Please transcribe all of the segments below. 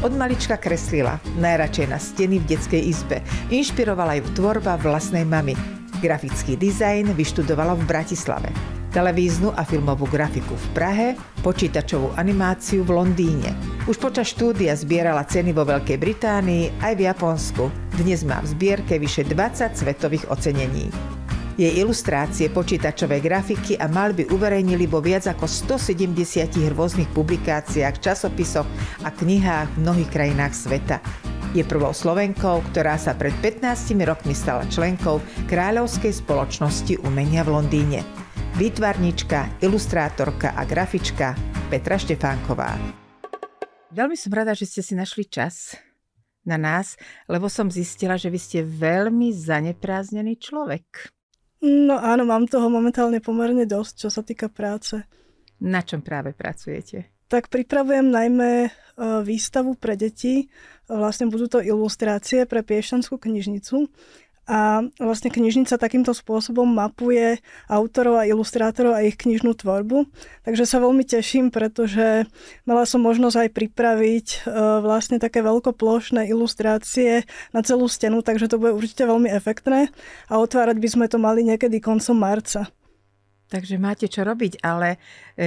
Od malička kreslila, najradšej na steny v detskej izbe. Inšpirovala ju tvorba vlastnej mamy. Grafický dizajn vyštudovala v Bratislave. Televíznu a filmovú grafiku v Prahe, počítačovú animáciu v Londýne. Už počas štúdia zbierala ceny vo Veľkej Británii aj v Japonsku. Dnes má v zbierke vyše 20 svetových ocenení. Jej ilustrácie, počítačové grafiky a maľby uverejnili vo viac ako 170 rôznych publikáciách, časopisoch a knihách v mnohých krajinách sveta. Je prvou Slovenkou, ktorá sa pred 15 rokmi stala členkou Kráľovskej spoločnosti umenia v Londýne. Výtvarnička, ilustrátorka a grafička Petra Štefánková. Veľmi som rada, že ste si našli čas na nás, lebo som zistila, že vy ste veľmi zanepráznený človek. No áno, mám toho momentálne pomerne dosť, čo sa týka práce. Na čom práve pracujete? Tak pripravujem najmä výstavu pre deti. Vlastne budú to ilustrácie pre Piešťanskú knižnicu. A vlastne knižnica takýmto spôsobom mapuje autorov a ilustrátorov a ich knižnú tvorbu. Takže sa veľmi teším, pretože mala som možnosť aj pripraviť vlastne také veľkoplošné ilustrácie na celú stenu, takže to bude určite veľmi efektné a otvárať by sme to mali niekedy koncom marca. Takže máte čo robiť, ale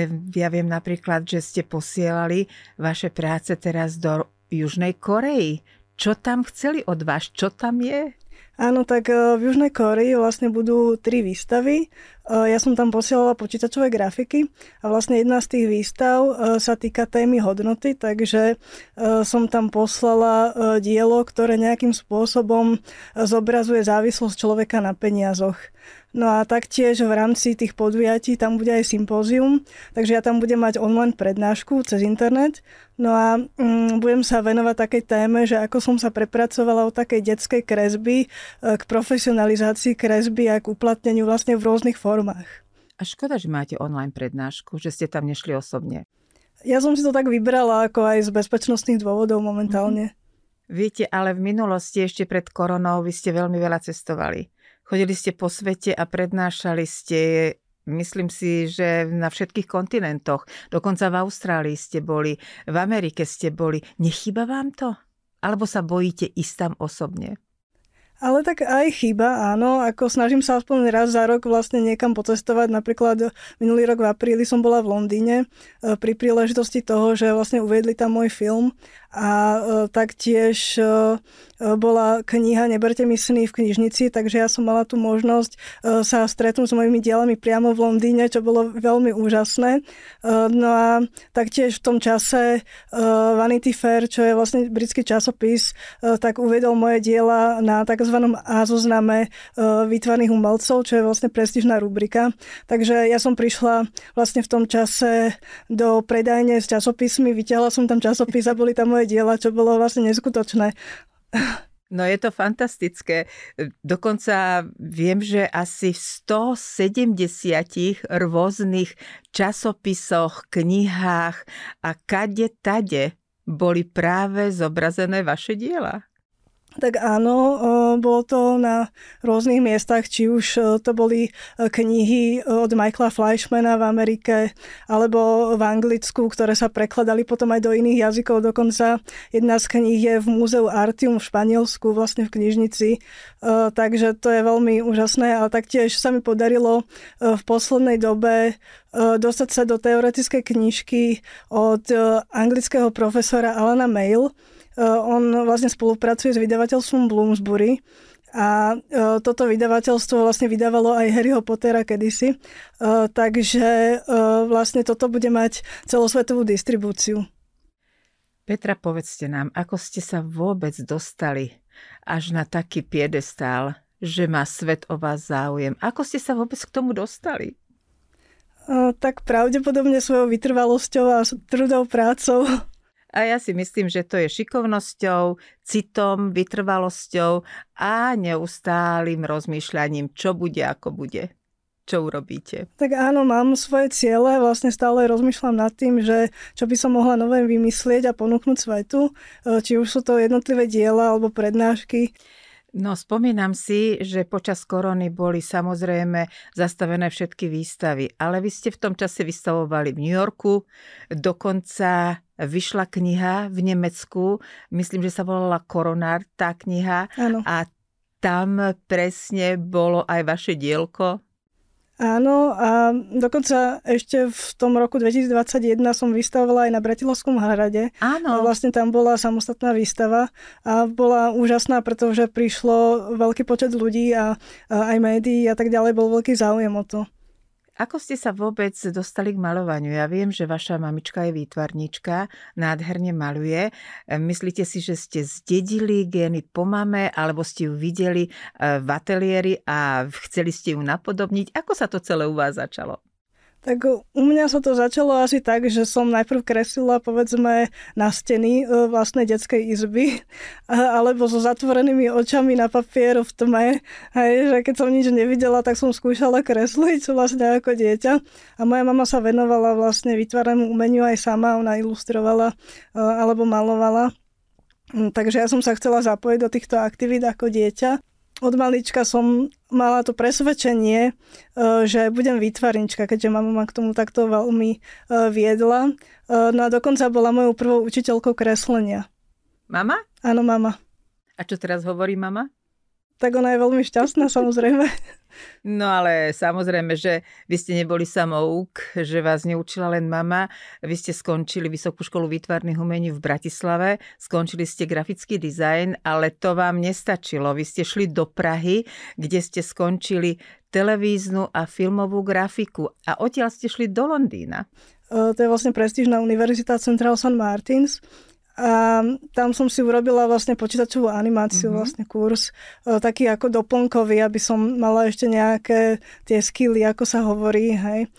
ja viem napríklad, že ste posielali vaše práce teraz do Južnej Korei. Čo tam chceli od vás? Čo tam je? Áno, tak v Južnej Kórei vlastne budú 3 výstavy. Ja som tam posielala počítačové grafiky a vlastne jedna z tých výstav sa týka témy hodnoty, takže som tam poslala dielo, ktoré nejakým spôsobom zobrazuje závislosť človeka na peniazoch. No a taktiež v rámci tých podujatí tam bude aj sympózium, takže ja tam budem mať online prednášku cez internet. No a budem sa venovať takej téme, že ako som sa prepracovala od takej detskej kresby k profesionalizácii kresby a k uplatneniu vlastne v rôznych formách. A škoda, že máte online prednášku, že ste tam nešli osobne. Ja som si to tak vybrala, ako aj z bezpečnostných dôvodov momentálne. Viete, ale v minulosti ešte pred koronou vy ste veľmi veľa cestovali. Chodili ste po svete a prednášali ste, myslím si, že na všetkých kontinentoch. Dokonca v Austrálii ste boli, v Amerike ste boli. Nechýba vám to? Alebo sa bojíte ísť tam osobne? Ale tak aj chyba, áno. Ako snažím sa aspoň raz za rok vlastne niekam pocestovať. Napríklad minulý rok v apríli som bola v Londýne pri príležitosti toho, že vlastne uviedli tam môj film. A taktiež bola kniha Neberte mi sny v knižnici, takže ja som mala tú možnosť sa stretnúť s mojimi dielami priamo v Londýne, čo bolo veľmi úžasné. No a taktiež v tom čase Vanity Fair, čo je vlastne britský časopis, tak uviedol moje diela na takzvanom A-zozname výtvarných umelcov, čo je vlastne prestížna rubrika. Takže ja som prišla vlastne v tom čase do predajne s časopismi, vytiahla som tam časopis a boli tam moje diela, čo bolo vlastne neskutočné. No je to fantastické. Dokonca viem, že asi v 170 rôznych časopisoch, knihách a kade tade boli práve zobrazené vaše diela. Tak áno, bolo to na rôznych miestach, či už to boli knihy od Michaela Fleischmana v Amerike, alebo v Anglicku, ktoré sa prekladali potom aj do iných jazykov. Dokonca jedna z kníh je v Múzeu Artium v Španielsku, vlastne v knižnici. Takže to je veľmi úžasné, ale taktiež sa mi podarilo v poslednej dobe dostať sa do teoretickej knižky od anglického profesora Alana Mail. On vlastne spolupracuje s vydavateľstvom Bloomsbury a toto vydavateľstvo vlastne vydávalo aj Harryho Pottera kedysi, takže vlastne toto bude mať celosvetovú distribúciu. Petra, povedzte nám, ako ste sa vôbec dostali až na taký piedestál, že má svet o vás záujem? Ako ste sa vôbec k tomu dostali? Tak pravdepodobne svojou vytrvalosťou a trudou prácou. A ja si myslím, že to je šikovnosťou, citom, vytrvalosťou a neustálým rozmýšľaním, čo bude, ako bude. Čo urobíte? Tak áno, mám svoje ciele, vlastne stále rozmýšľam nad tým, že čo by som mohla nové vymyslieť a ponúknuť svetu, či už sú to jednotlivé diela alebo prednášky. No, spomínam si, že počas korony boli samozrejme zastavené všetky výstavy, ale vy ste v tom čase vystavovali v New Yorku, dokonca vyšla kniha v Nemecku, myslím, že sa volala Koronár, tá kniha, Áno. a tam presne bolo aj vaše dielko. Áno, a dokonca ešte v tom roku 2021 som vystavovala aj na Bratislavskom hrade. Áno. Vlastne tam bola samostatná výstava a bola úžasná, pretože prišlo veľký počet ľudí a aj médií a tak ďalej, bol veľký záujem o to. Ako ste sa vôbec dostali k maľovaniu? Ja viem, že vaša mamička je výtvarníčka, nádherne maľuje. Myslíte si, že ste zdedili gény po mame, alebo ste ju videli v ateliéri a chceli ste ju napodobniť? Ako sa to celé u vás začalo? Tak u mňa sa to začalo asi tak, že som najprv kreslila, povedzme, na steny vlastnej detskej izby, alebo so zatvorenými očami na papier v tme. Hej, že keď som nič nevidela, tak som skúšala kresliť vlastne ako dieťa. A moja mama sa venovala vlastne výtvarnému umeniu aj sama, ona ilustrovala alebo malovala. Takže ja som sa chcela zapojiť do týchto aktivít ako dieťa. Od malička som mala to presvedčenie, že budem výtvarnička, keďže mama ma k tomu takto veľmi viedla. No a dokonca bola mojou prvou učiteľkou kreslenia. Mama? Áno, mama. A čo teraz hovorí mama? Tak ona je veľmi šťastná, samozrejme. No ale samozrejme, že vy ste neboli samouk, že vás neučila len mama. Vy ste skončili Vysokú školu výtvarných umení v Bratislave, skončili ste grafický dizajn, ale to vám nestačilo. Vy ste šli do Prahy, kde ste skončili televíznu a filmovú grafiku a odtiaľ ste šli do Londýna. To je vlastne prestížna univerzita Central St. Martins. A tam som si urobila vlastne počítačovú animáciu, vlastne kurz, taký ako doplnkový, aby som mala ešte nejaké tie skilly, ako sa hovorí, hej.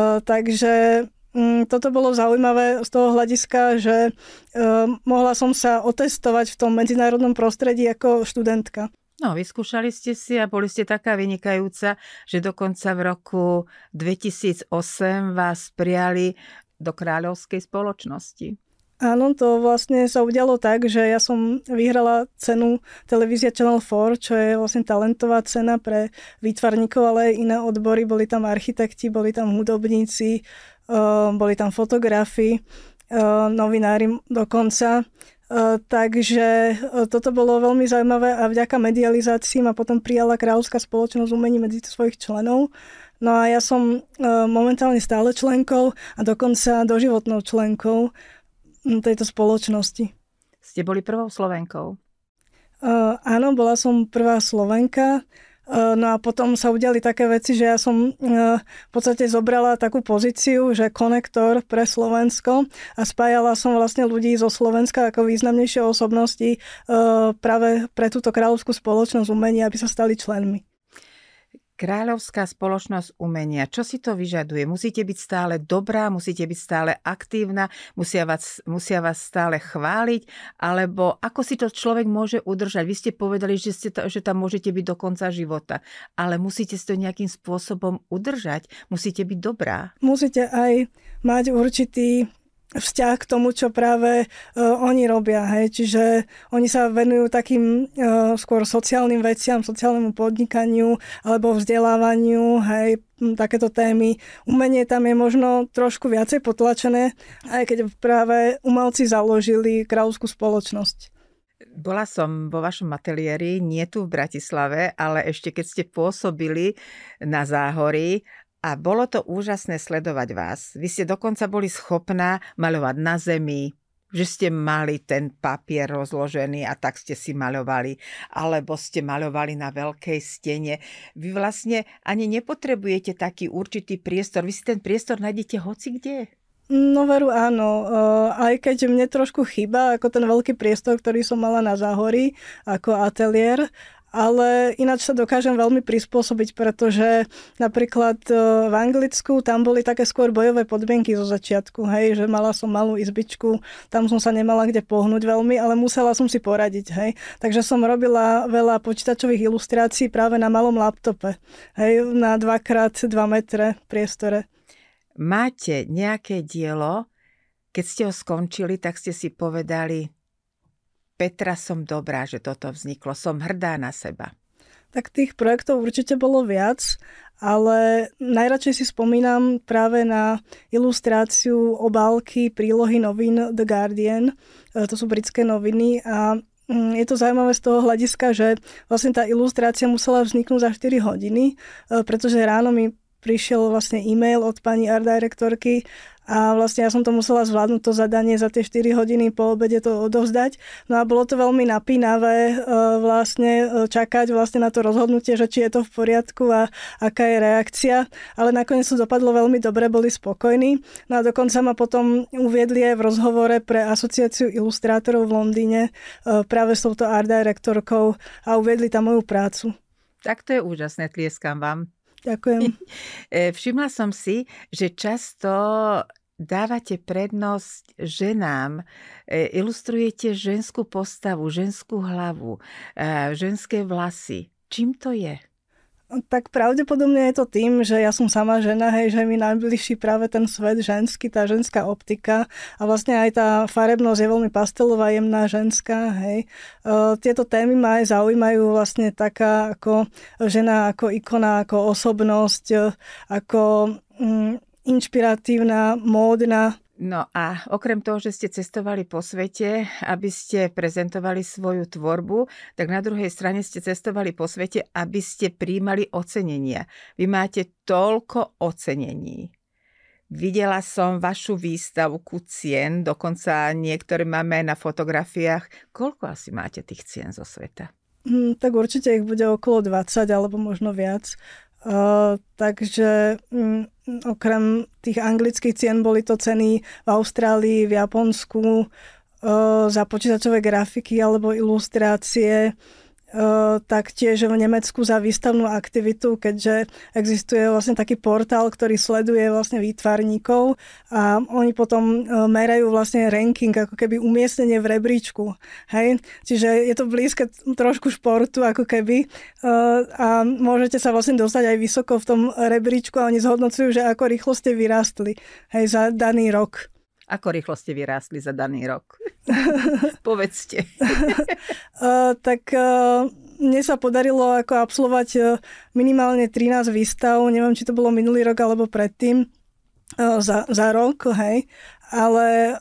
Takže toto bolo zaujímavé z toho hľadiska, že mohla som sa otestovať v tom medzinárodnom prostredí ako študentka. No, vyskúšali ste si a boli ste taká vynikajúca, že dokonca v roku 2008 vás prijali do Kráľovskej spoločnosti. Áno, to vlastne sa udialo tak, že ja som vyhrala cenu Televízia Channel 4, čo je vlastne talentová cena pre výtvarníkov, ale aj iné odbory. Boli tam architekti, boli tam hudobníci, boli tam fotografi, novinári dokonca. Takže toto bolo veľmi zaujímavé a vďaka medializácii ma potom prijala Kráľovská spoločnosť umení medzi svojich členov. No a ja som momentálne stále členkou a dokonca doživotnou členkou tejto spoločnosti. Ste boli prvou Slovenkou? Áno, bola som prvá Slovenka. No a potom sa udiali také veci, že ja som v podstate zobrala takú pozíciu, že konektor pre Slovensko a spájala som vlastne ľudí zo Slovenska ako významnejšie osobnosti práve pre túto Kráľovskú spoločnosť umenia, aby sa stali členmi. Kráľovská spoločnosť umenia. Čo si to vyžaduje? Musíte byť stále dobrá, musíte byť stále aktívna, musia vás stále chváliť, alebo ako si to človek môže udržať? Vy ste povedali, že tam môžete byť do konca života, ale musíte si to nejakým spôsobom udržať. Musíte byť dobrá. Musíte aj mať určitý vzťah k tomu, čo práve oni robia. Hej. Čiže oni sa venujú takým skôr sociálnym veciam, sociálnemu podnikaniu alebo vzdelávaniu, hej, takéto témy. Umenie tam je možno trošku viacej potlačené, aj keď práve umelci založili Kráľovskú spoločnosť. Bola som vo vašom ateliéri, nie tu v Bratislave, ale ešte keď ste pôsobili na Záhorí, a bolo to úžasné sledovať vás. Vy ste dokonca boli schopná maľovať na zemi, že ste mali ten papier rozložený a tak ste si maľovali, alebo ste maľovali na veľkej stene. Vy vlastne ani nepotrebujete taký určitý priestor. Vy si ten priestor nájdete hoci kde. No veru áno, aj keď mne trošku chýba ako ten veľký priestor, ktorý som mala na Záhorí ako ateliér, ale ináč sa dokážem veľmi prispôsobiť, pretože napríklad v Anglicku tam boli také skôr bojové podmienky zo začiatku, hej, že mala som malú izbičku, tam som sa nemala kde pohnúť veľmi, ale musela som si poradiť, hej. Takže som robila veľa počítačových ilustrácií práve na malom laptope, hej, na 2x2 metre priestore. Máte nejaké dielo, keď ste ho skončili, tak ste si povedali, Petra, som dobrá, že toto vzniklo, som hrdá na seba? Tak tých projektov určite bolo viac, ale najradšej si spomínam práve na ilustráciu obálky prílohy novín The Guardian. To sú britské noviny a je to zaujímavé z toho hľadiska, že vlastne tá ilustrácia musela vzniknúť za 4 hodiny, pretože ráno mi prišiel vlastne e-mail od pani art direktorky a vlastne ja som to musela zvládnuť to zadanie za tie 4 hodiny po obede to odovzdať. No a bolo to veľmi napínavé vlastne čakať vlastne na to rozhodnutie, že či je to v poriadku a aká je reakcia. Ale nakoniec to dopadlo veľmi dobre, boli spokojní. No a dokonca ma potom uviedli aj v rozhovore pre Asociáciu ilustrátorov v Londýne práve s touto art direktorkou a uviedli tam moju prácu. Tak to je úžasné, tlieskam vám. Ďakujem. Všimla som si, že často dávate prednosť ženám, ilustrujete ženskú postavu, ženskú hlavu, ženské vlasy. Čím to je? Tak pravdepodobne je to tým, že ja som sama žena, hej, že mi najbližší práve ten svet ženský, tá ženská optika a vlastne aj tá farebnosť je veľmi pastelová, jemná, ženská, hej. Tieto témy ma aj zaujímajú vlastne taká ako žena, ako ikona, ako osobnosť, ako inšpiratívna, módna. No a okrem toho, že ste cestovali po svete, aby ste prezentovali svoju tvorbu, tak na druhej strane ste cestovali po svete, aby ste prijímali ocenenia. Vy máte toľko ocenení. Videla som vašu výstavku cien, dokonca niektoré máme aj na fotografiách. Koľko asi máte tých cien zo sveta? Tak určite ich bude okolo 20 alebo možno viac. Takže okrem tých anglických cien boli to ceny v Austrálii, v Japonsku za počítačové grafiky alebo ilustrácie, taktiež v Nemecku za výstavnú aktivitu, keďže existuje vlastne taký portál, ktorý sleduje vlastne výtvarníkov a oni potom merajú vlastne ranking, ako keby umiestnenie v rebríčku. Hej? Čiže je to blízke trošku športu, ako keby a môžete sa vlastne dostať aj vysoko v tom rebríčku a oni zhodnocujú, že ako rýchlo ste vyrástli, hej, za daný rok. Ako rýchlo ste vyrástli za daný rok? Povedzte. Mne sa podarilo ako absolvovať minimálne 13 výstav, neviem, či to bolo minulý rok alebo predtým, za rok, hej. Ale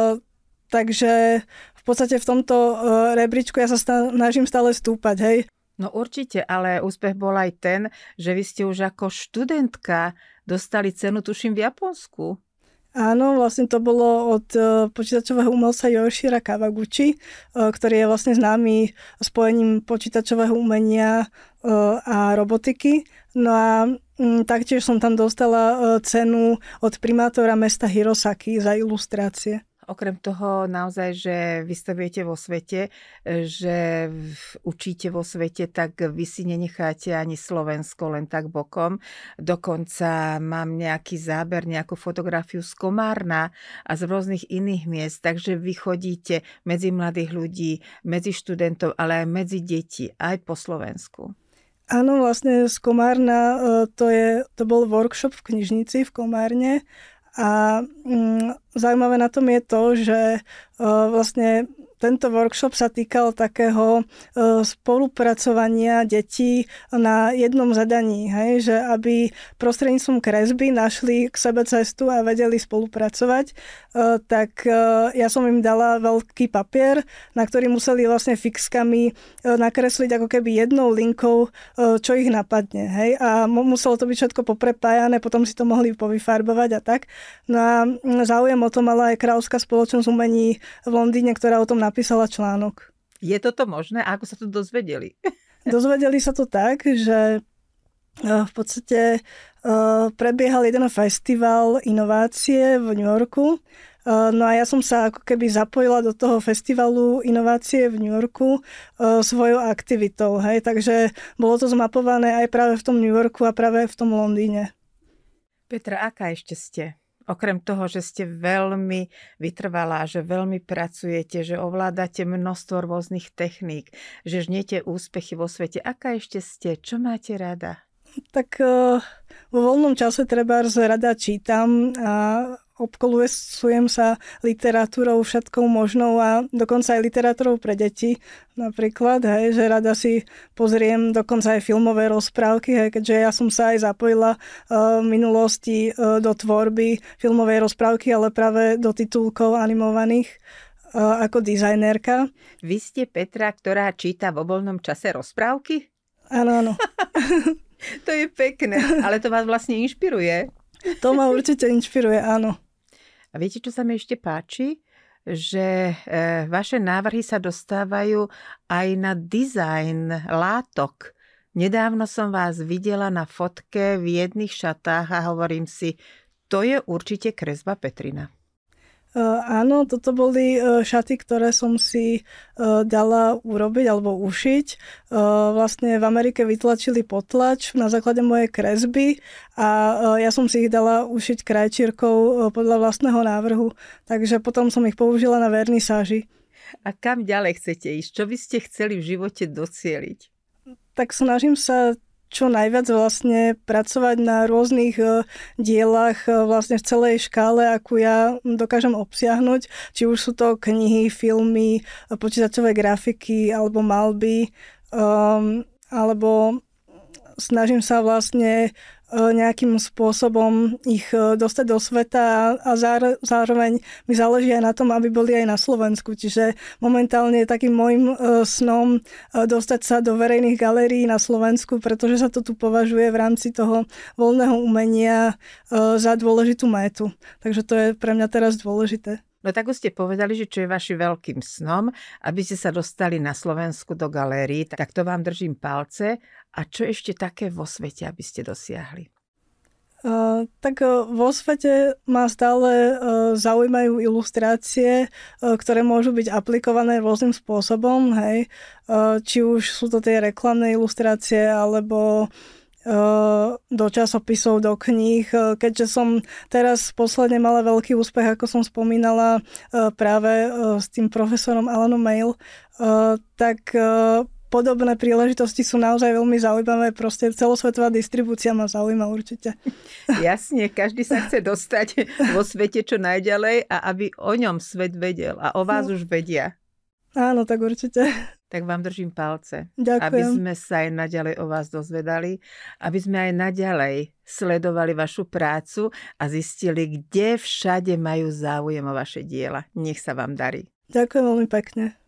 takže v podstate v tomto rebríčku ja sa snažím stále stúpať, hej. No určite, ale úspech bol aj ten, že vy ste už ako študentka dostali cenu, tuším, v Japonsku. Áno, vlastne to bolo od počítačového umelca Yoshira Kawaguchi, ktorý je vlastne známy spojením počítačového umenia a robotiky. No a taktiež som tam dostala cenu od primátora mesta Hirosaki za ilustrácie. Okrem toho naozaj, že vystavujete vo svete, že učíte vo svete, tak vy si nenecháte ani Slovensko len tak bokom. Dokonca mám nejaký záber, nejakú fotografiu z Komárna a z rôznych iných miest. Takže vy chodíte medzi mladých ľudí, medzi študentov, ale aj medzi deti, aj po Slovensku. Áno, vlastne z Komárna to bol workshop v knižnici v Komárne. A zaujímavé na tom je to, že vlastne tento workshop sa týkal takého spolupracovania detí na jednom zadaní, hej? Že aby prostredníctvom kresby našli k sebe cestu a vedeli spolupracovať. Tak ja som im dala veľký papier, na ktorý museli vlastne fixkami nakresliť ako keby jednou linkou, čo ich napadne. Hej? A muselo to byť všetko poprepájané, potom si to mohli povyfarbovať a tak. No a záujem o to mala aj Kráľovská spoločnosť umení v Londýne, ktorá o tom napísala článok. Je toto možné? A ako sa to dozvedeli? Dozvedeli sa to tak, že v podstate prebiehal jeden festival inovácie v New Yorku. No a ja som sa ako keby zapojila do toho festivalu inovácie v New Yorku svojou aktivitou. Hej? Takže bolo to zmapované aj práve v tom New Yorku a práve v tom Londýne. Petra, aká ešte ste? Okrem toho, že ste veľmi vytrvalá, že veľmi pracujete, že ovládate množstvo rôznych techník, že žniete úspechy vo svete, aká ešte ste? Čo máte rada? Tak vo voľnom čase trebárs rada čítam a obkolujem sa literatúrou všetkou možnou a dokonca aj literatúrou pre deti. Napríklad, hej, že rada si pozriem dokonca aj filmové rozprávky, hej, keďže ja som sa aj zapojila v minulosti do tvorby filmovej rozprávky, ale práve do titulkov animovaných ako dizajnerka. Vy ste Petra, ktorá číta vo voľnom čase rozprávky? Áno, áno. To je pekné, ale to vás vlastne inšpiruje. To ma určite inšpiruje, áno. A viete, čo sa mi ešte páči? Že vaše návrhy sa dostávajú aj na dizajn látok. Nedávno som vás videla na fotke v jedných šatách a hovorím si, to je určite kresba Petrina. Áno, toto boli šaty, ktoré som si dala urobiť alebo ušiť. Vlastne v Amerike vytlačili potlač na základe mojej kresby a ja som si ich dala ušiť krajčírkou podľa vlastného návrhu. Takže potom som ich použila na vernisáži. A kam ďalej chcete ísť? Čo by ste chceli v živote docieliť? Tak snažím sa čo najviac vlastne pracovať na rôznych dielach vlastne v celej škále, akú ja dokážem obsiahnuť. Či už sú to knihy, filmy, počítačové grafiky alebo malby, alebo snažím sa vlastne nejakým spôsobom ich dostať do sveta a zároveň mi záleží aj na tom, aby boli aj na Slovensku. Čiže momentálne je takým môjim snom dostať sa do verejných galérií na Slovensku, pretože sa to tu považuje v rámci toho voľného umenia za dôležitú métu. Takže to je pre mňa teraz dôležité. No tak už ste povedali, že čo je vašim veľkým snom, aby ste sa dostali na Slovensku do galérií, tak to vám držím palce. A čo ešte také vo svete, aby ste dosiahli? Tak vo svete ma stále zaujímajú ilustrácie, ktoré môžu byť aplikované rôznym spôsobom. Hej. Či už sú to tie reklamné ilustrácie, alebo do časopisov, do kníh. Keďže som teraz posledne mala veľký úspech, ako som spomínala práve s tým profesorom Alanom Mail, tak podobné príležitosti sú naozaj veľmi zaujímavé. Proste celosvetová distribúcia ma zaujíma určite. Jasne, každý sa chce dostať vo svete čo najďalej a aby o ňom svet vedel a o vás už vedia. Áno, tak určite. Tak vám držím palce. Ďakujem. Aby sme sa aj naďalej o vás dozvedali, aby sme aj naďalej sledovali vašu prácu a zistili, kde všade majú záujem o vaše diela. Nech sa vám darí. Ďakujem veľmi pekne.